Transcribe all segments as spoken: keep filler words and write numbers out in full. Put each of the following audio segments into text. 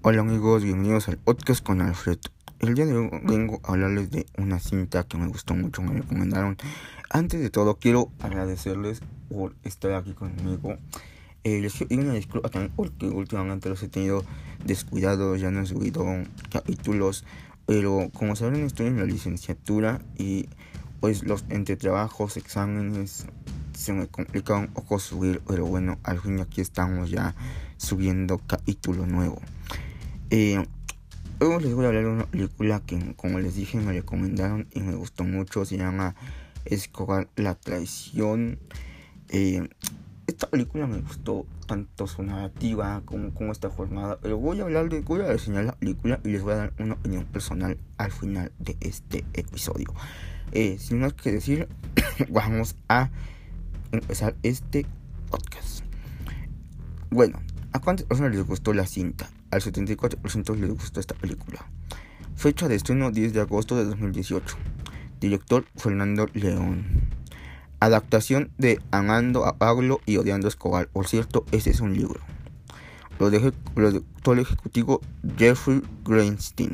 Hola amigos, bienvenidos al podcast con Alfred. El día de hoy vengo a hablarles de una cinta que me gustó mucho, me recomendaron. Antes de todo quiero agradecerles por estar aquí conmigo. Eh, les pido una disculpa también porque últimamente los he tenido descuidados, ya no he subido capítulos. Pero como saben estoy en la licenciatura y pues los entre trabajos, exámenes, se me complica un poco subir. Pero bueno, al fin aquí estamos ya subiendo capítulo nuevo. Eh, Hoy les voy a hablar de una película que, como les dije, me recomendaron y me gustó mucho. Se llama Escobar, la traición. Eh, esta película me gustó tanto su narrativa como cómo está formada. Pero voy a hablar de, voy a reseñar la película y les voy a dar una opinión personal al final de este episodio. Eh, sin más que decir, vamos a empezar este podcast. Bueno, ¿a cuántas personas les gustó la cinta? Al setenta y cuatro por ciento les gustó esta película. Fecha de estreno diez de agosto de dos mil dieciocho. Director Fernando León. Adaptación de Amando a Pablo y Odiando a Escobar. Por cierto, ese es un libro. Productor ejecutivo Jeffrey Greenstein.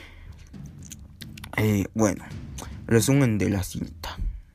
Eh, bueno, resumen de la cinta.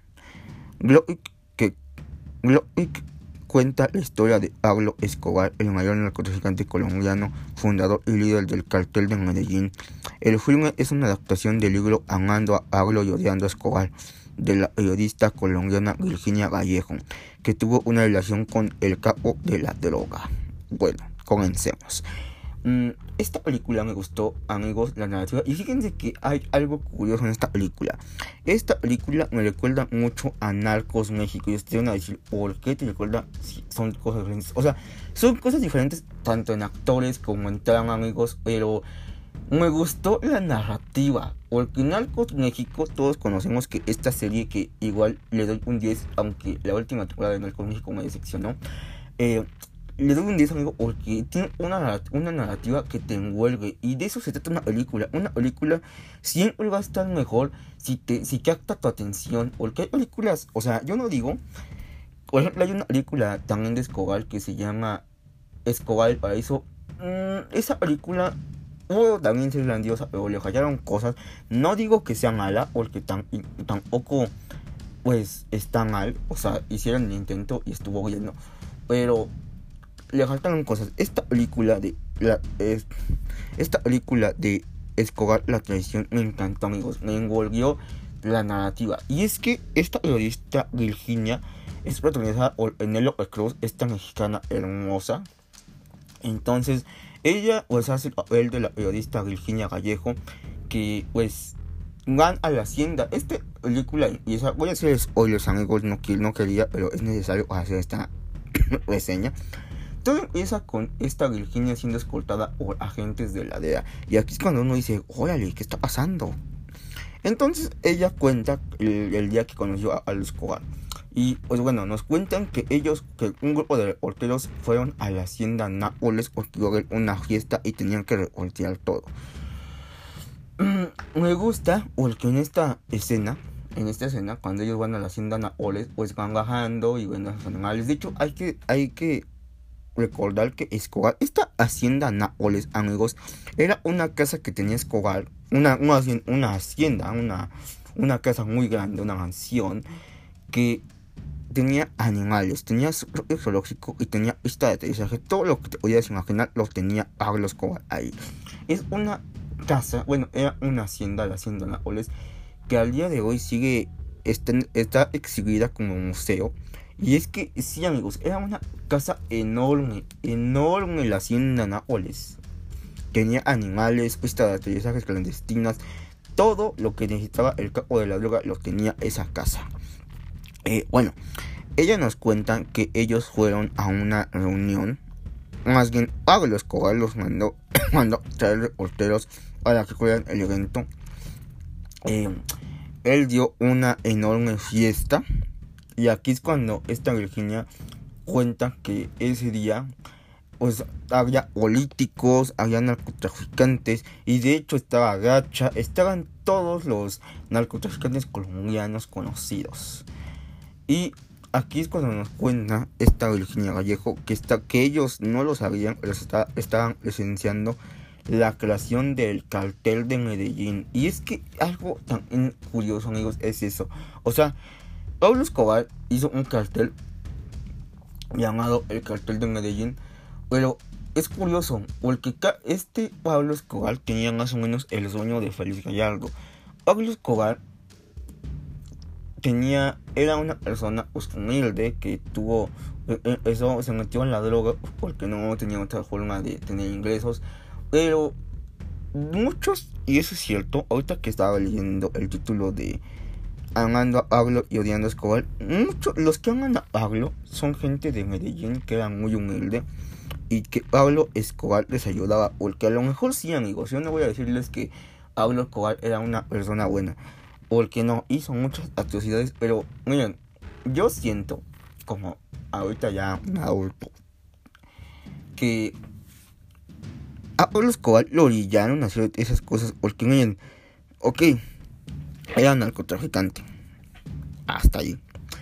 Glowick que Glowick cuenta la historia de Pablo Escobar, el mayor narcotraficante colombiano, fundador y líder del cartel de Medellín. El filme es una adaptación del libro Amando a Pablo y Odiando a Escobar, de la periodista colombiana Virginia Vallejo, que tuvo una relación con el capo de la droga. Bueno, comencemos. Mm, esta película me gustó, amigos, la narrativa. Y fíjense que hay algo curioso en esta película. Esta película me recuerda mucho a Narcos México. Y ustedes van a decir, ¿por qué te recuerda? Sí, son cosas diferentes. O sea, son cosas diferentes tanto en actores como en trama, amigos. Pero me gustó la narrativa. Porque en Narcos México todos conocemos que esta serie, que igual le doy un diez, aunque la última temporada de Narcos México me decepcionó. Eh... Le doy un diez, amigo, porque tiene una, una narrativa que te envuelve. Y de eso se trata una película. Una película siempre va a estar mejor si te si capta tu atención. Porque hay películas, o sea, yo no digo. Por ejemplo, hay una película también de Escobar que se llama Escobar el Paraíso. Mm, esa película pudo también ser grandiosa, pero le fallaron cosas. No digo que sea mala, porque tan, tampoco pues está mal. O sea, hicieron el intento y estuvo bien, ¿no? Pero le faltaron cosas. Esta película de la, es, esta película de Escobar, la traición, me encantó, amigos. Me envolvió la narrativa. Y es que esta periodista Virginia es protagonizada por Penélope Cruz, esta mexicana hermosa. Entonces ella pues hace el papel de la periodista Virginia Vallejo, que pues van a la hacienda. Esta película, y esa, voy a hacer spoilers, amigos, no, no quería, pero es necesario hacer esta reseña. Todo empieza con esta Virginia siendo escoltada por agentes de la D E A. Y aquí es cuando uno dice, órale, ¿qué está pasando? Entonces ella cuenta el, el día que conoció a, a Escobar. Y pues bueno, nos cuentan que ellos, que un grupo de reporteros fueron a la hacienda Nápoles porque iba a haber una fiesta y tenían que reportear todo. Mm, me gusta porque en esta escena, en esta escena, cuando ellos van a la hacienda Nápoles, pues van bajando y ven a los animales. De hecho, hay que, hay que recordar que Escobar, esta hacienda Nápoles, amigos, era una casa que tenía Escobar, una, una, una hacienda, una, una casa muy grande, una mansión que tenía animales, tenía su propio zoológico y tenía pista de aterrizaje. Todo lo que te podías imaginar lo tenía Pablo Escobar ahí. Es una casa, bueno, era una hacienda, la hacienda Nápoles, que al día de hoy sigue, está, está exhibida como museo. Y es que, sí, amigos, era una casa enorme, enorme la hacienda Nápoles. Tenía animales, pistas de aterrizajes clandestinas, todo lo que necesitaba el capo de la droga lo tenía esa casa. Eh, bueno, ella nos cuenta que ellos fueron a una reunión. Más bien, Pablo Escobar los mandó, mandó traer reporteros para que fueran el evento. Eh, él dio una enorme fiesta. Y aquí es cuando esta Virginia cuenta que ese día pues había políticos, había narcotraficantes, y de hecho estaba Gacha, estaban todos los narcotraficantes colombianos conocidos. Y aquí es cuando nos cuenta esta Virginia Vallejo que, está, que ellos no lo sabían, pero está, estaban presenciando la creación del cartel de Medellín. Y es que algo tan curioso, amigos, es eso. O sea, Pablo Escobar hizo un cartel llamado el cartel de Medellín, pero es curioso porque este Pablo Escobar tenía más o menos el sueño de Félix Gallardo. Pablo Escobar tenía, era una persona humilde que tuvo, eso se metió en la droga porque no tenía otra forma de tener ingresos, pero muchos, y eso es cierto, ahorita que estaba leyendo el título de Amando a Pablo y odiando a Escobar, muchos, los que aman a Pablo son gente de Medellín que era muy humilde y que Pablo Escobar les ayudaba, porque a lo mejor sí, amigos, yo no voy a decirles que Pablo Escobar era una persona buena, porque no, hizo muchas atrocidades, pero miren, yo siento, como ahorita ya un adulto, que a Pablo Escobar lo orillaron a hacer esas cosas, porque miren, ok, era narcotraficante, hasta ahí.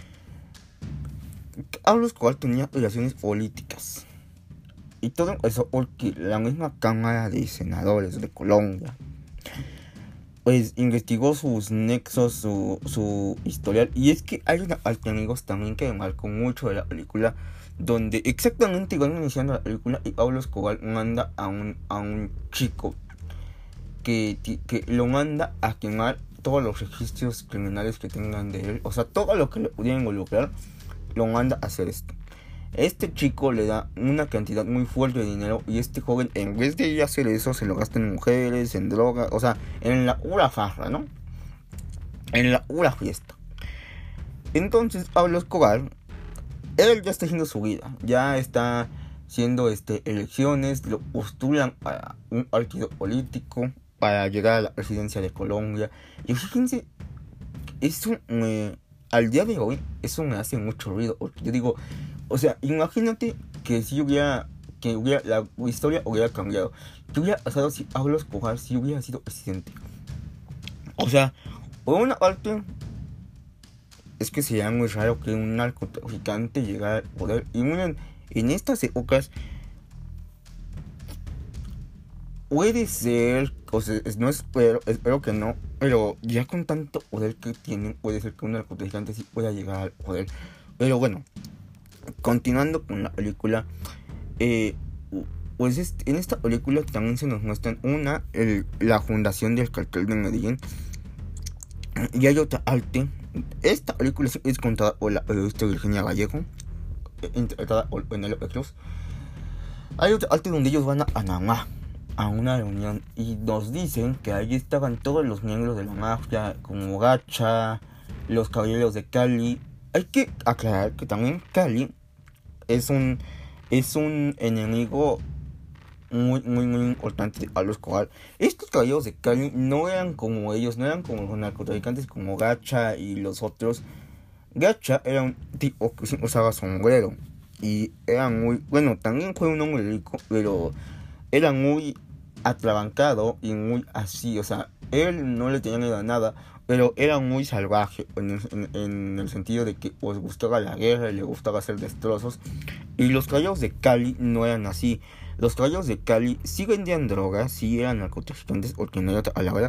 Pablo Escobar tenía relaciones políticas, y todo eso porque la misma Cámara de Senadores de Colombia pues investigó sus nexos, su, su historial. Y es que hay una parte, amigos, también que me marcó mucho de la película, donde exactamente van iniciando la película y Pablo Escobar manda a un, a un chico que, que lo manda a quemar todos los registros criminales que tengan de él. O sea, todo lo que le pudiera involucrar, lo manda a hacer esto. Este chico le da una cantidad muy fuerte de dinero y este joven, en vez de ir a hacer eso, se lo gasta en mujeres, en drogas, o sea, en la pura farra, ¿no? En la pura fiesta. Entonces Pablo Escobar, él ya está haciendo su vida, ya está haciendo este, elecciones, lo postulan para un partido político, para llegar a la presidencia de Colombia. Y fíjense, eso me, al día de hoy, eso me hace mucho ruido, porque yo digo, o sea, imagínate que si hubiera, que hubiera, la historia hubiera cambiado. ¿Qué hubiera pasado si Pablo Escobar si hubiera sido presidente? O sea, por una parte, es que sería muy raro que un narcotraficante llegara al poder. Y miren, en estas épocas, puede ser, o sea, no espero, espero que no, pero ya con tanto poder que tienen, puede ser que un narcotraficante sí pueda llegar al poder. Pero bueno, continuando con la película, eh, pues este, en esta película también se nos muestran una, el, la fundación del cartel de Medellín, y hay otra arte. Esta película es contada por la periodista Virginia Gallego, interpretada por Penélope Cruz. Hay otra arte donde ellos van a Panamá a una reunión y nos dicen que ahí estaban todos los miembros de la mafia, como Gacha, los Caballeros de Cali. Hay que aclarar que también Cali es un es un enemigo muy muy muy importante de Pablo Escobar. Estos Caballeros de Cali no eran como ellos, no eran como los narcotraficantes como Gacha y los otros. Gacha era un tipo que usaba sombrero y era muy, bueno, también fue un hombre rico, pero era muy atrabancado y muy así, o sea, él no le tenía miedo a nada, pero era muy salvaje en el, en, en el sentido de que pues gustaba la guerra y le gustaba hacer destrozos. Y los Caballeros de Cali no eran así. Los Caballeros de Cali sí vendían drogas, sí eran narcotraficantes, porque no hay otra palabra,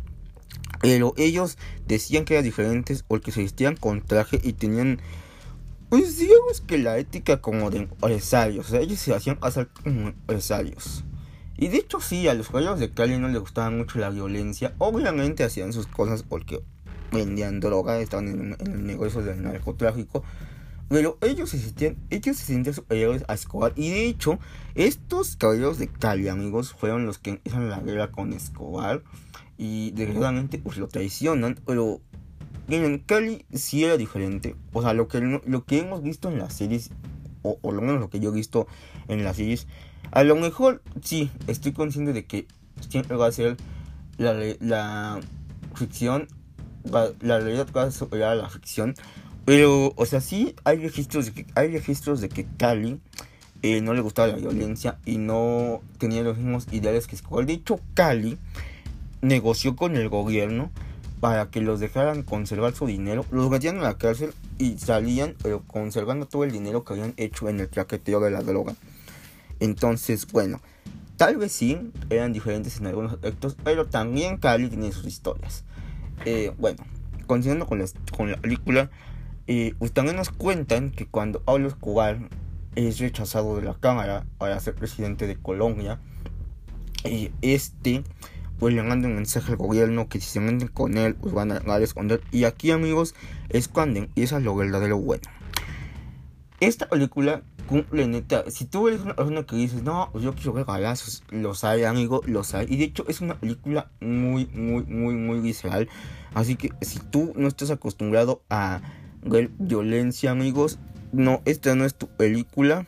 pero ellos decían que eran diferentes porque se vestían con traje y tenían, pues digamos que la ética como de empresarios. O sea, ellos se hacían pasar como empresarios. Y de hecho sí, a los Caballeros de Cali no les gustaba mucho la violencia. Obviamente hacían sus cosas porque vendían droga, estaban en, en el negocio del narcotráfico. Pero ellos se sentían, ellos se sentían superiores a Escobar. Y de hecho, estos Caballeros de Cali, amigos, fueron los que empiezan la guerra con Escobar. Y desgraciadamente pues lo traicionan. Pero miren, Cali sí era diferente. O sea, lo que, lo que hemos visto en las series, o por lo menos lo que yo he visto en las series, a lo mejor sí, estoy consciente de que siempre va a ser la, la ficción, va, la realidad va a superar a la ficción. Pero, o sea, sí hay registros de que, hay registros de que Cali eh, no le gustaba la violencia y no tenía los mismos ideales que Escobar. De hecho, Cali negoció con el gobierno para que los dejaran conservar su dinero. Los metían a la cárcel y salían, pero conservando todo el dinero que habían hecho en el traqueteo de la droga. Entonces, bueno, Tal vez sí, eran diferentes en algunos aspectos, pero también Cali tiene sus historias. Eh, bueno, continuando con la, con la película, eh, pues también nos cuentan que cuando Pablo Escobar es rechazado de la Cámara para ser presidente de Colombia, eh, este pues le manda un mensaje al gobierno que si se meten con él pues van a, van a esconder. Y aquí, amigos, es cuando empieza lo verdadero bueno. Esta película cumple, neta, si tú eres una persona que dices, no, pues yo quiero ver balazos, los hay, amigo, los hay. Y de hecho es una película muy, muy, muy, muy visceral. Así que si tú no estás acostumbrado a ver violencia, amigos, no, esta no es tu película.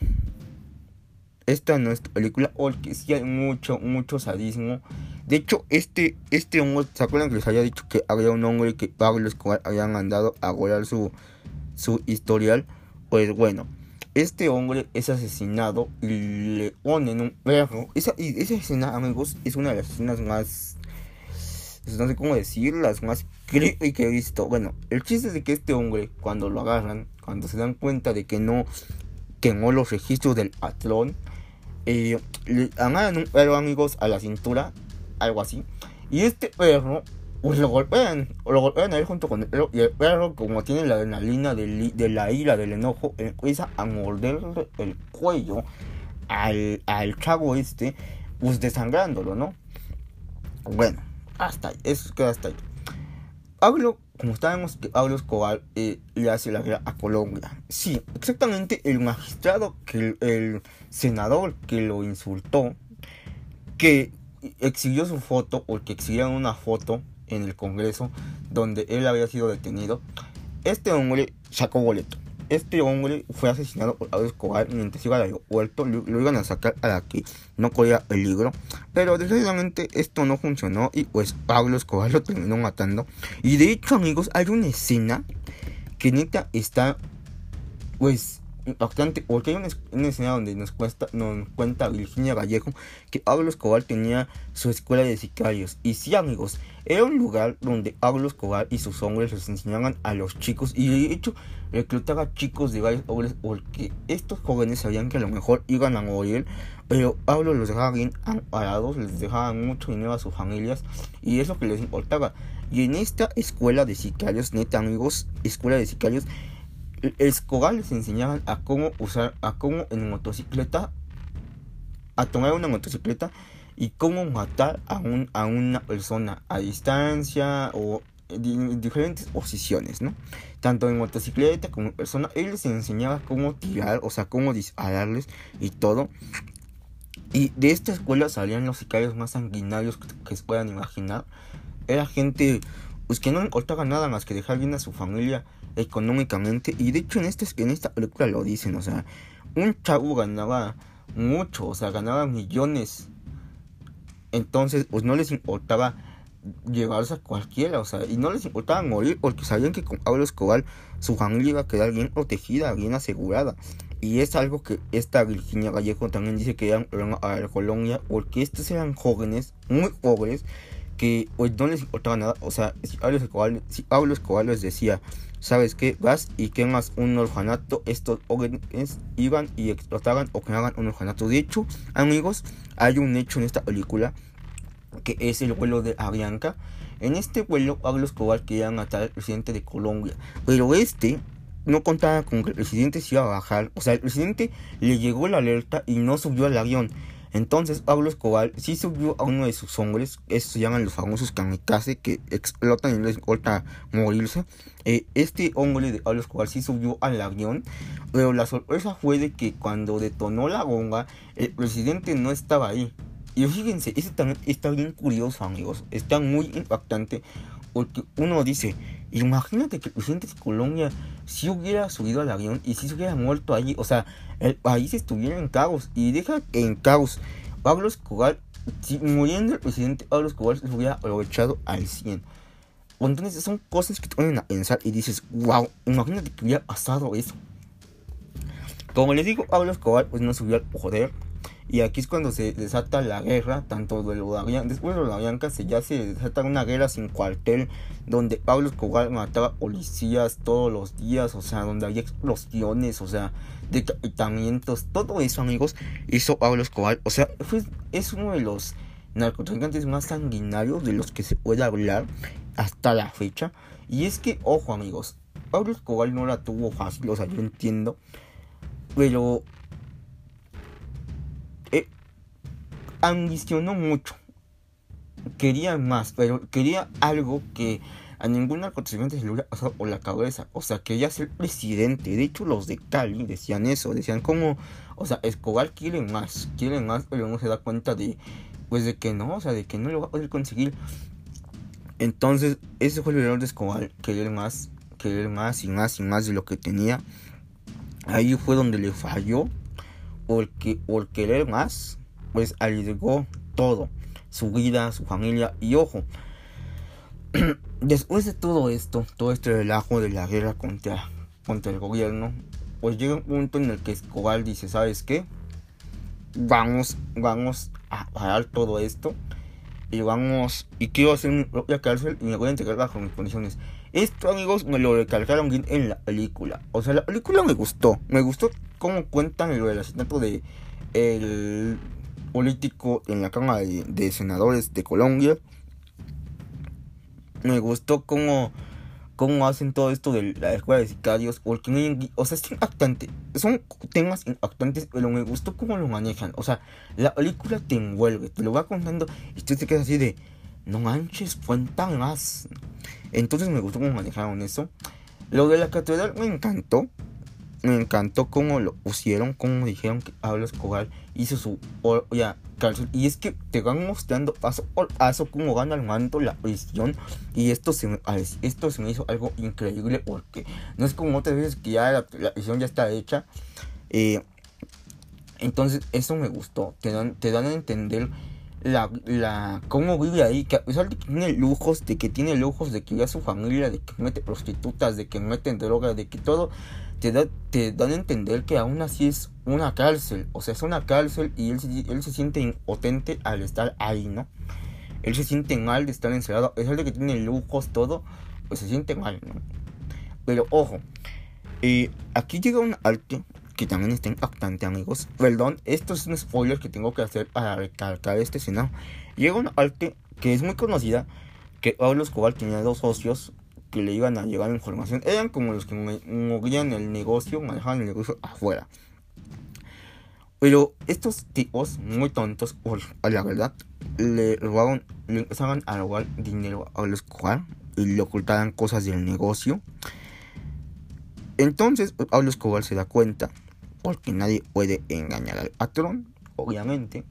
Esta no es tu película, porque sí hay mucho, mucho sadismo. De hecho, este, este hombre, ¿se acuerdan que les había dicho que había un hombre que Pablo Escobar había mandado a volar su, su historial? Pues bueno, este hombre es asesinado y le ponen un perro. Esa, y esa escena, amigos, es una de las escenas más, no sé cómo decirlas, más creepy que he visto. Bueno, el chiste es de que este hombre, cuando lo agarran, cuando se dan cuenta de que no quemó los registros del patrón, eh, le agarran un perro, amigos, a la cintura, algo así. Y este perro, pues lo golpean, o lo golpean a él junto con el perro, y el perro, como tiene la adrenalina de, de la ira, del enojo, empieza a morderle el cuello al, al chavo este, pues desangrándolo, ¿no? Bueno, hasta ahí, eso queda hasta ahí. Pablo, como sabemos que Pablo Escobar eh, le hace la guerra a Colombia. Sí, exactamente el magistrado, que el, el senador que lo insultó, que exhibió su foto, o que exhibieron una foto en el Congreso donde él había sido detenido. Este hombre sacó boleto. Este hombre fue asesinado por Pablo Escobar mientras iba al aeropuerto. Lo, lo iban a sacar a la que no corría peligro, pero desgraciadamente esto no funcionó y pues Pablo Escobar lo terminó matando. Y de hecho, amigos, hay una escena que neta está pues impactante, porque hay una, una escena donde nos, cuesta, nos cuenta Virginia Vallejo que Pablo Escobar tenía su escuela de sicarios. Y sí, amigos, era un lugar donde Pablo Escobar y sus hombres les enseñaban a los chicos, y de hecho reclutaba chicos de varios hombres, porque estos jóvenes sabían que a lo mejor iban a morir, pero Pablo los dejaba bien amparados, les dejaba mucho dinero a sus familias, y eso que les importaba. Y en esta escuela de sicarios, neta, amigos, escuela de sicarios, Escobar les enseñaban a cómo usar, a cómo en motocicleta, a tomar una motocicleta y cómo matar a, un, a una persona a distancia o en diferentes posiciones, ¿no? Tanto en motocicleta como en persona. Él les enseñaba cómo tirar, o sea, cómo dispararles y todo. Y de esta escuela salían los sicarios más sanguinarios que, que se puedan imaginar. Era gente pues que no le importaba nada más que dejar bien a su familia económicamente. Y de hecho en, este, en esta película lo dicen, o sea, un chavo ganaba mucho, o sea, ganaba millones. Entonces pues no les importaba llevarse a cualquiera, o sea, y no les importaba morir, porque sabían que con Pablo Escobar su familia iba a quedar bien protegida, bien asegurada. Y es algo que esta Virginia Vallejo también dice que eran a la colonia, porque estos eran jóvenes, muy pobres, que pues no les importaba nada. O sea, si Pablo Escobar, si Pablo Escobar les decía, ¿sabes qué? Vas y quemas un orfanato, estos jóvenes iban y explotaban o quemaban un orfanato. De hecho, amigos, hay un hecho en esta película que es el vuelo de Avianca. En este vuelo Pablo Escobar quería matar al presidente de Colombia, pero este no contaba con que el presidente se iba a bajar. O sea, el presidente le llegó la alerta y no subió al avión. Entonces Pablo Escobar sí subió a uno de sus hombres, estos se llaman los famosos kamikaze, que explotan y no les importa morirse. Eh, este hombre de Pablo Escobar sí subió al avión, pero la sorpresa fue de que cuando detonó la bomba, el presidente no estaba ahí. Y fíjense, eso también está bien curioso, amigos, está muy impactante, porque uno dice, imagínate que el presidente de Colombia si hubiera subido al avión y si se hubiera muerto allí, o sea, el país estuviera en caos, y deja en caos. Pablo Escobar, si muriendo el presidente Pablo Escobar, se hubiera aprovechado al cien. Entonces son cosas que te ponen a pensar y dices, wow, imagínate que hubiera pasado eso. Como les digo, Pablo Escobar pues no subió al poder. Y aquí es cuando se desata la guerra, tanto de lo de Avianca, después de lo de Avianca se ya se desata una guerra sin cuartel, donde Pablo Escobar mataba policías todos los días, o sea, donde había explosiones, o sea, decapitamientos, todo eso, amigos, hizo Pablo Escobar. O sea, fue, es uno de los narcotraficantes más sanguinarios de los que se puede hablar hasta la fecha. Y es que, ojo, amigos, Pablo Escobar no la tuvo fácil, o sea, yo entiendo, pero eh, ambicionó mucho, quería más, pero quería algo que a ningún narcotraficante se le hubiera pasado por la cabeza. O sea, quería ser presidente. De hecho, los de Cali decían eso, decían como, o sea, Escobar quiere más, quiere más, pero no se da cuenta de, pues de que no, o sea, de que no lo va a poder conseguir. Entonces, ese fue el error de Escobar, querer más, querer más y más y más de lo que tenía. Ahí fue donde le falló, porque por querer más, pues arriesgó todo, su vida, su familia. Y ojo, después de todo esto, todo este relajo de la guerra contra, contra el gobierno, pues llega un punto en el que Escobar dice, ¿sabes qué? Vamos, vamos a parar todo esto y vamos, y quiero hacer mi propia cárcel y me voy a entregar bajo mis condiciones. Esto, amigos, me lo recalcaron bien en la película. O sea, la película me gustó, me gustó cómo cuentan el asesinato de el político en la Cámara de, de Senadores de Colombia. Me gustó cómo, cómo hacen todo esto de la escuela de sicarios, porque, o sea, es impactante, son temas impactantes, pero me gustó cómo lo manejan. O sea, la película te envuelve, te lo va contando y tú te quedas así de, no manches, cuentan más. Entonces me gustó cómo manejaron eso. Lo de la catedral me encantó. Me encantó cómo lo pusieron, cómo dijeron que Pablo Escobar hizo su o, ya, cárcel. Y es que te van mostrando paso por paso cómo van armando la prisión. Y esto se me, esto se me hizo algo increíble, porque no es como otras veces que ya la, la prisión ya está hecha. Eh, entonces eso me gustó. Te dan, te dan a entender la, la cómo vive ahí, que a pesar de que tiene lujos, de que tiene lujos, de que ya su familia, de que mete prostitutas, de que meten drogas, de que todo, te, da, te dan a entender que aún así es una cárcel. O sea, es una cárcel y él, él se siente impotente al estar ahí, ¿no? Él se siente mal de estar encerrado, a pesar de que tiene lujos, todo, pues se siente mal, ¿no? Pero ojo, eh, aquí llega un arte que también está impactante, amigos. Perdón, esto es un spoiler que tengo que hacer para recalcar esta escena. Llega una arte que es muy conocida, que Pablo Escobar tenía dos socios que le iban a llevar información. Eran como los que movían el negocio, manejaban el negocio afuera. Pero estos tipos muy tontos, por la verdad, le robaron, le empezaban a robar dinero a Pablo Escobar y le ocultaban cosas del negocio. Entonces Pablo Escobar se da cuenta, porque nadie puede engañar al patrón, obviamente,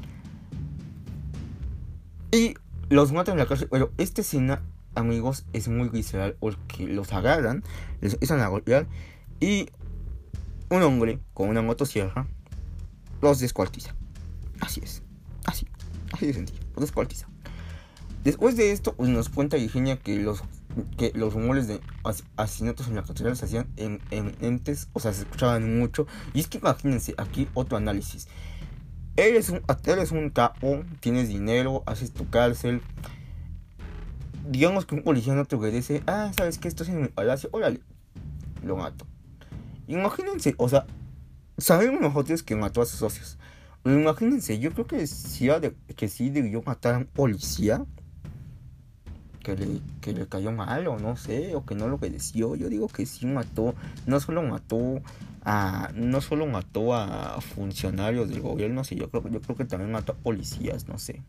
y los matan en la cárcel. Pero esta escena, amigos, es muy visceral, porque los agarran, les empiezan a golpear y un hombre con una motosierra los descuartiza. Así es, así, así de sencillo, los descuartiza. Después de esto, pues nos cuenta Virginia que los que los rumores de asesinatos en la catedral se hacían en, en entes, o sea, se escuchaban mucho. Y es que imagínense, aquí otro análisis. Eres un, eres un capo, tienes dinero, haces tu cárcel. Digamos que un policía no te obedece. Ah, ¿sabes qué? Estás en mi palacio, órale, lo mato. Imagínense, o sea, sabemos nosotros que mató a sus socios. Pero imagínense, yo creo que sí, de, que sí debió matar a un policía que le, que le cayó mal, o no sé, o que no lo obedeció. Yo digo que sí mató, no solo mató a, no solo mató a funcionarios del gobierno, sí, yo creo, yo creo que también mató a policías, no sé.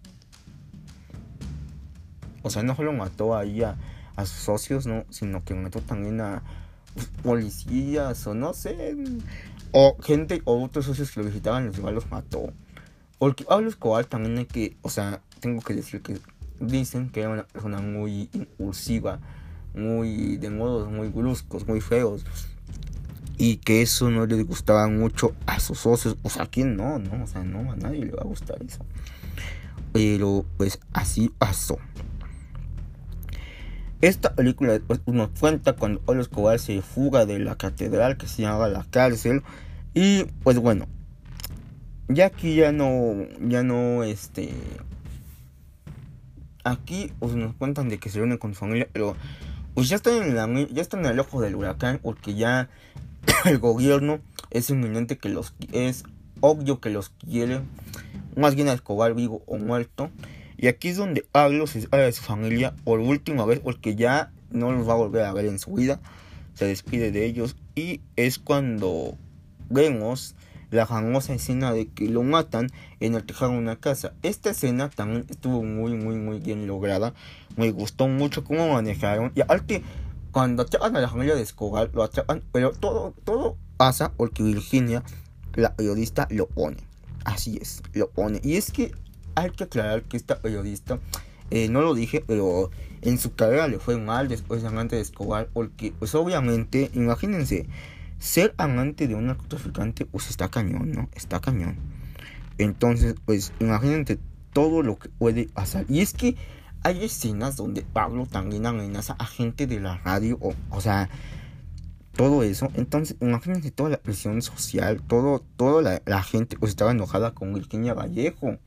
O sea, no solo mató ahí a, a sus socios, no, sino que mató también a policías, o no sé, o gente, o otros socios que lo visitaban, los igual los mató. Porque Pablo Escobar también hay que, o sea, tengo que decir que dicen que era una persona muy impulsiva, muy de modos muy bruscos, muy feos, y que eso no le gustaba mucho a sus socios. O sea, ¿a quién no? No, o sea, no, a nadie le va a gustar eso. Pero pues así pasó. Esta película después nos cuenta cuando Pablo Escobar se fuga de la catedral, que se llamaba la cárcel. Y pues bueno, Ya aquí ya no, ya no, este, aquí pues, nos cuentan de que se reúnen con su familia, pero pues ya están en la, ya están en el ojo del huracán, porque ya el gobierno es inminente que los, es obvio que los quiere, más bien a Escobar vivo o muerto. Y aquí es donde Aglo se habla de su familia por última vez, porque ya no los va a volver a ver en su vida. Se despide de ellos y es cuando vemos la famosa escena de que lo matan en el tejado de una casa. Esta escena también estuvo muy muy muy bien lograda. Me gustó mucho cómo manejaron. Y aparte, cuando atrapan a la familia de Escobar, lo atrapan, pero todo, todo pasa porque Virginia, la periodista, lo pone. Así es, lo pone. Y es que hay que aclarar que esta periodista, eh, no lo dije, pero en su carrera le fue mal después de amante de Escobar, porque pues obviamente, imagínense, ser amante de un narcotraficante, pues está cañón, ¿no? Está cañón. Entonces, pues imagínense todo lo que puede pasar. Y es que hay escenas donde Pablo también amenaza a gente de la radio, o, o sea, todo eso. Entonces, imagínense toda la presión social, todo, toda la, la gente pues estaba enojada con Virginia Vallejo.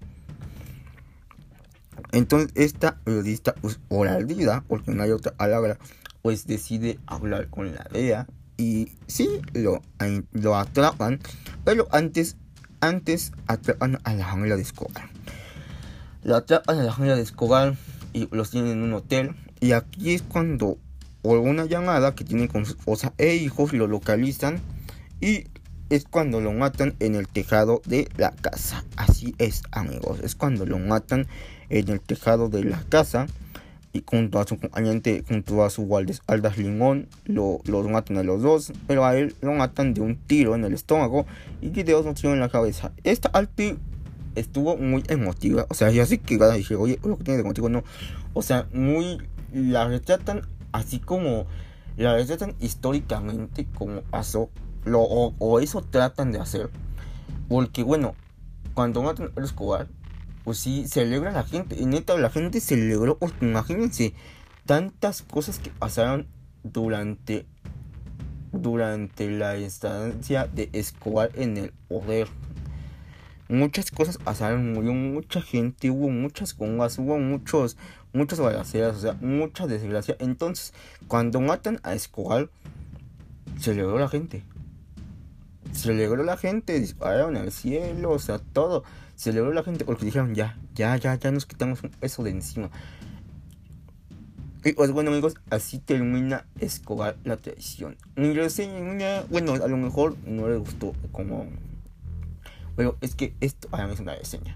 Entonces esta periodista, pues por ardida, porque no hay otra palabra, pues decide hablar con la D E A. Y sí, lo, lo atrapan, pero antes, antes atrapan a la familia de Escobar. Lo atrapan a la familia de Escobar y los tienen en un hotel. Y aquí es cuando, por una llamada que tienen con su esposa e hijos, lo localizan. Y es cuando lo matan en el tejado de la casa. Así es, amigos, es cuando lo matan en el tejado de la casa. Y junto a su acompañante, junto a su guardaespaldas Limón, lo, los matan a los dos. Pero a él lo matan de un tiro en el estómago y de otro tiro en la cabeza. Esta arte estuvo muy emotiva. O sea, yo sé que van a decir, oye, lo que tiene de emotivo, no. O sea, muy, la retratan así como, la retratan históricamente como pasó. Lo, o, o eso tratan de hacer. Porque bueno, cuando matan a Escobar, pues sí, celebra la gente. Y neta, la gente celebró. Porque imagínense tantas cosas que pasaron durante Durante la estancia de Escobar en el poder. Muchas cosas pasaron, murió mucha gente, hubo muchas congas, hubo muchos, muchas balaceras, o sea, mucha desgracia. Entonces, cuando matan a Escobar, celebró la gente. Celebró la gente, dispararon al cielo, o sea, todo. Celebró la gente porque dijeron, ya, ya, ya, ya nos quitamos un peso de encima. Y pues bueno, amigos, así termina Escobar la traición. Mi reseña, bueno, a lo mejor no le gustó como... Pero es que esto para mí es una reseña.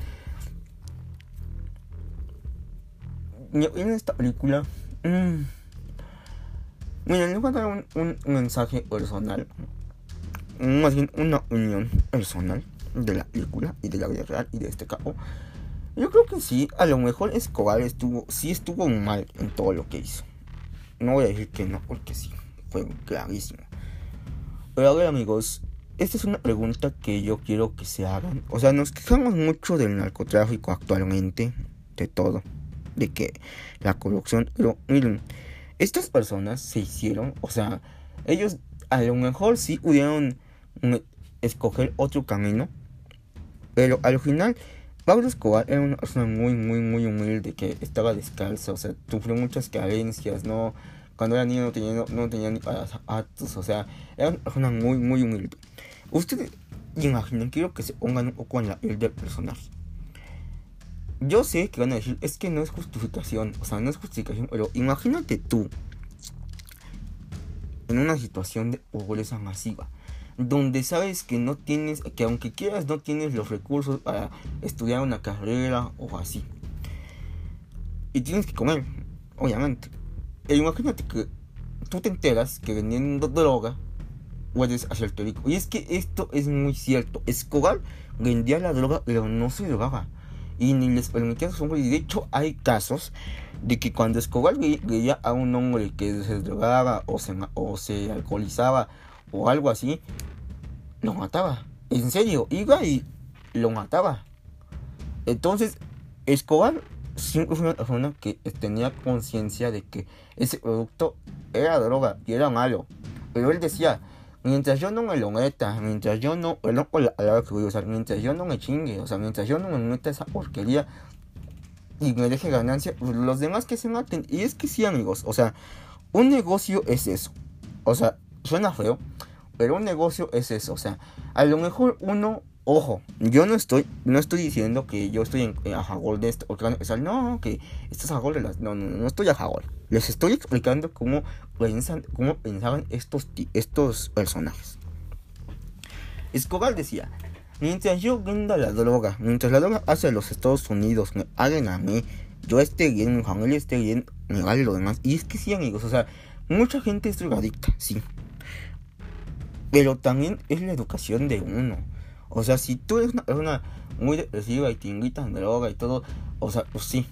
En esta película... Mmm, Miren, les voy a dar un, un mensaje personal. Más bien una opinión personal de la película y de la vida real y de este capo. Yo creo que sí, a lo mejor Escobar estuvo, sí estuvo mal en todo lo que hizo. No voy a decir que no, porque sí, fue clarísimo. Pero a ver, amigos, esta es una pregunta que yo quiero que se hagan. O sea, nos quejamos mucho del narcotráfico actualmente, de todo, de que la corrupción, pero miren, estas personas se hicieron, o sea, ellos a lo mejor sí pudieron escoger otro camino, pero al final Pablo Escobar era una persona muy muy muy humilde que estaba descalza, o sea, sufrió muchas carencias, no, cuando era niño no tenía, no, no tenía ni para zapatos, o sea, era una persona muy muy humilde. Ustedes imaginen, quiero que se pongan un poco en la piel del personaje. Yo sé que van a decir, es que no es justificación, o sea, no es justificación, pero imagínate tú en una situación de pobreza masiva, donde sabes que no tienes, que aunque quieras no tienes los recursos para estudiar una carrera o así, y tienes que comer, obviamente. E imagínate que tú te enteras que vendiendo droga puedes hacerte rico. Y es que esto es muy cierto. Escobar vendía la droga, pero no se drogaba y ni les permitía a sus hombres. Y de hecho hay casos de que cuando Escobar veía a un hombre que se drogaba o se, o se alcoholizaba o algo así, lo mataba. En serio, iba y lo mataba. Entonces, Escobar siempre fue una persona que tenía conciencia de que ese producto era droga y era malo. Pero él decía, Mientras yo no me lo meta, mientras yo no, perdón por la palabra que voy a usar, mientras yo no me chingue, o sea, mientras yo no me meta esa porquería y me deje ganancia, pues los demás que se maten. Y es que sí, amigos, o sea, un negocio es eso. O sea, suena feo, pero un negocio es eso. O sea, a lo mejor uno, ojo, yo no estoy, no estoy diciendo que yo estoy en, a favor de esto, porque van a pensar, no, que estás a favor de las, no, no, no estoy a favor. Les estoy explicando cómo piensan, cómo pensaban estos, estos personajes. Escobar decía: mientras yo venda la droga, mientras la droga hacia los Estados Unidos me hagan a mí, yo esté bien, mi familia esté bien, me vale lo demás. Y es que sí, amigos, o sea, mucha gente es drogadicta, sí. Pero también es la educación de uno. O sea, si tú eres una persona muy depresiva y te invitan droga y todo, o sea, pues sí.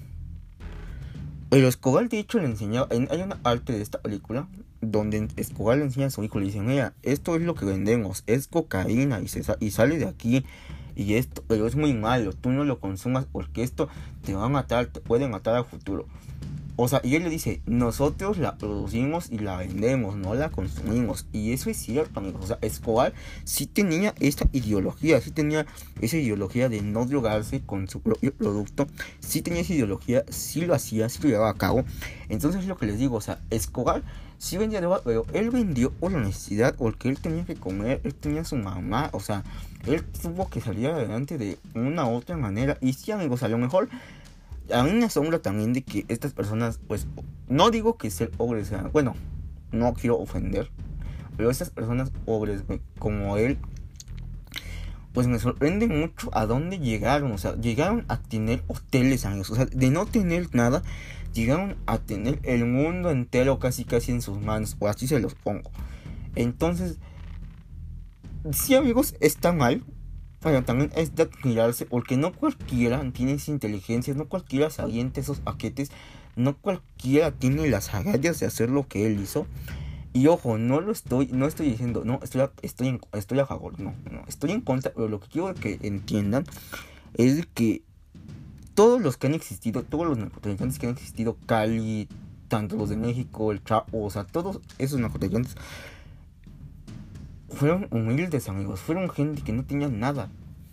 Pero Escobar, de hecho, le enseñaba, hay una parte de esta película donde Escobar le enseña a su hijo, le dice: mira, esto es lo que vendemos, es cocaína y, se, y sale de aquí, y esto, pero es muy malo, tú no lo consumas porque esto te va a matar, te puede matar a futuro. O sea, y él le dice: nosotros la producimos y la vendemos, no la consumimos. Y eso es cierto, amigos. O sea, Escobar sí tenía esta ideología, sí tenía esa ideología de no drogarse con su propio producto. Sí tenía esa ideología, sí lo hacía, sí lo llevaba a cabo. Entonces es lo que les digo, o sea, Escobar sí vendía droga, pero él vendió por la necesidad, porque él tenía que comer, él tenía su mamá, o sea, él tuvo que salir adelante de una u otra manera. Y sí, amigos, a lo mejor a mí me asombra también de que estas personas, pues, no digo que ser pobres, sea, bueno, no quiero ofender, pero estas personas pobres, como él, pues me sorprende mucho a dónde llegaron. O sea, llegaron a tener hoteles, amigos. O sea, de no tener nada, llegaron a tener el mundo entero casi casi en sus manos, o así se los pongo. Entonces, sí, amigos, está mal. Bueno, también es de admirarse, porque no cualquiera tiene esa inteligencia, no cualquiera se avienta esos paquetes, no cualquiera tiene las agallas de hacer lo que él hizo. Y ojo, no lo estoy, no estoy diciendo, no, estoy a, estoy, en, estoy a favor, no, no, estoy en contra, pero lo que quiero que entiendan es que todos los que han existido, todos los narcotraficantes que han existido, Cali, tanto los de México, el Chapo, o sea, todos esos narcotraficantes fueron humildes, amigos, fueron gente que no tenía nada.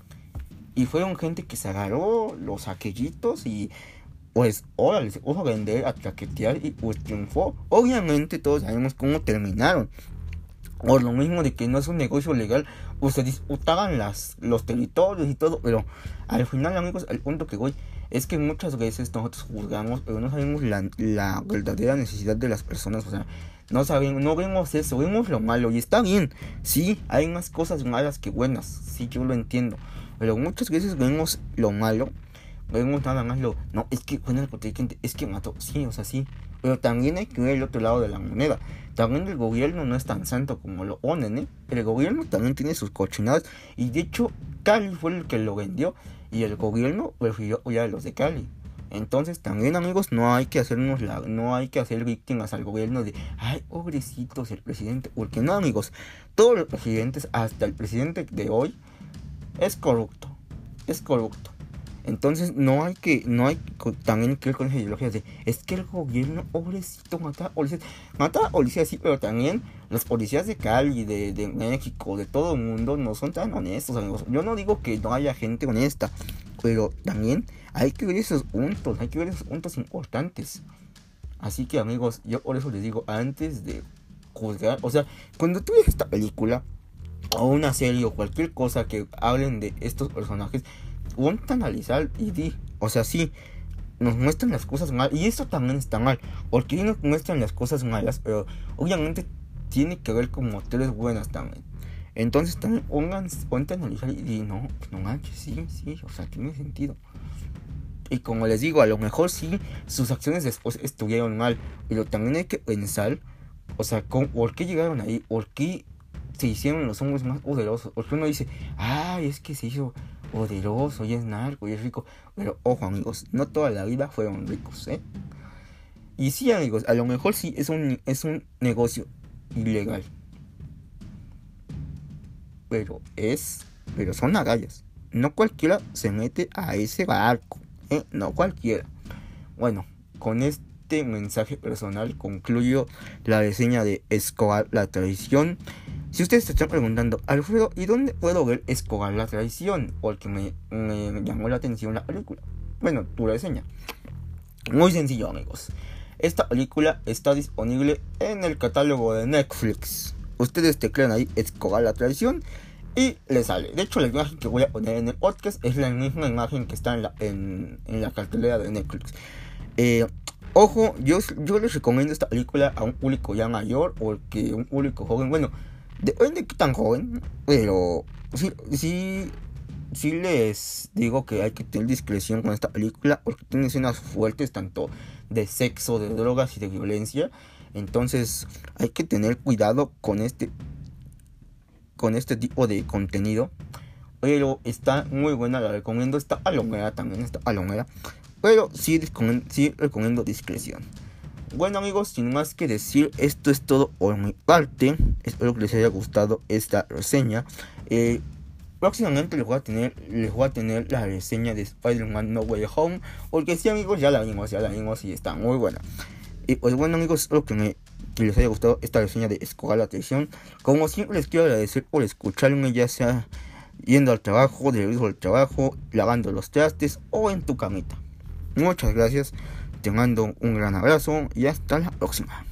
Y fueron gente que se agarró los aquellitos y pues, órale, se puso a vender, a traquetear y pues triunfó. Obviamente todos sabemos cómo terminaron. Por lo mismo de que no es un negocio legal, pues se disputaban las, los territorios y todo. Pero al final, amigos, al punto que voy es que muchas veces nosotros juzgamos, pero no sabemos la, la verdadera necesidad de las personas. O sea, no sabemos, no vemos eso, vemos lo malo. Y está bien, sí, hay más cosas malas que buenas, sí, yo lo entiendo. Pero muchas veces vemos lo malo, vemos nada más lo, no, es que fue narcotraficante, es que mató, sí, o sea, sí. Pero también hay que ver el otro lado de la moneda. También el gobierno no es tan santo como lo ponen, ¿eh? El gobierno también tiene sus cochinadas. Y de hecho, Cali fue el que lo vendió. Y el gobierno prefirió apoyar a los de Cali. Entonces también, amigos, no hay que hacernos la, no hay que hacer víctimas al gobierno de, ay, pobrecitos el presidente. Porque no, amigos, todos los presidentes, hasta el presidente de hoy, es corrupto. Es corrupto. Entonces no hay que, no hay también que ir con esa ideología de, es que el gobierno, pobrecito, mata a policías, mata a policías, sí, pero también los policías de Cali, de, de México, de todo el mundo, no son tan honestos, amigos. Yo no digo que no haya gente honesta, pero también hay que ver esos puntos, hay que ver esos puntos importantes. Así que, amigos, yo por eso les digo, antes de juzgar, o sea, cuando tú ves esta película, o una serie, o cualquier cosa que hablen de estos personajes, ponte a analizar y di, o sea, sí, nos muestran las cosas mal, y eso también está mal, porque nos muestran las cosas malas, pero obviamente tiene que ver con motores buenas también. Entonces también pongan, ponte a analizar y di, no, no manches, sí, sí, o sea, tiene sentido. Y como les digo, a lo mejor sí, sus acciones después estuvieron mal, pero también hay que pensar, o sea, ¿cómo, ¿por qué llegaron ahí? ¿Por qué se hicieron los hombres más poderosos? Porque uno dice, ay, es que se hizo poderoso y es narco y es rico. Pero ojo, amigos, no toda la vida fueron ricos, ¿eh? Y sí, amigos, a lo mejor sí es un, es un negocio ilegal, pero es, pero son agallas. No cualquiera se mete a ese barco, ¿eh? No cualquiera. Bueno, con este mensaje personal concluyo la reseña de Escobar, la traición. Si ustedes se están preguntando, Alfredo, ¿y dónde puedo ver Escobar la traición? Porque me, me llamó la atención la película. Bueno, tu reseña. Muy sencillo, amigos. Esta película está disponible en el catálogo de Netflix. Ustedes teclean ahí Escobar la traición y les sale. De hecho, la imagen que voy a poner en el podcast es la misma imagen que está en la, en, en la cartelera de Netflix. Eh, ojo, yo, yo les recomiendo esta película a un público ya mayor o que un público joven. Bueno, depende de qué tan joven, pero sí, sí, sí les digo que hay que tener discreción con esta película porque tiene escenas fuertes tanto de sexo, de drogas y de violencia. Entonces hay que tener cuidado con este con este tipo de contenido. Pero está muy buena, la recomiendo. Está palomera también, está palomera. Pero sí, sí recomiendo discreción. Bueno, amigos, sin más que decir, esto es todo por mi parte. Espero que les haya gustado esta reseña. Eh, próximamente les voy a tener les voy a tener la reseña de Spider-Man No Way Home, porque sí, amigos, ya la vimos, ya la vimos y está muy buena. Y pues bueno, amigos, espero que, me, que les haya gustado esta reseña de Escobar la traición. Como siempre, les quiero agradecer por escucharme, ya sea yendo al trabajo, de regreso al trabajo, lavando los trastes o en tu camita. Muchas gracias, te mando un gran abrazo y hasta la próxima.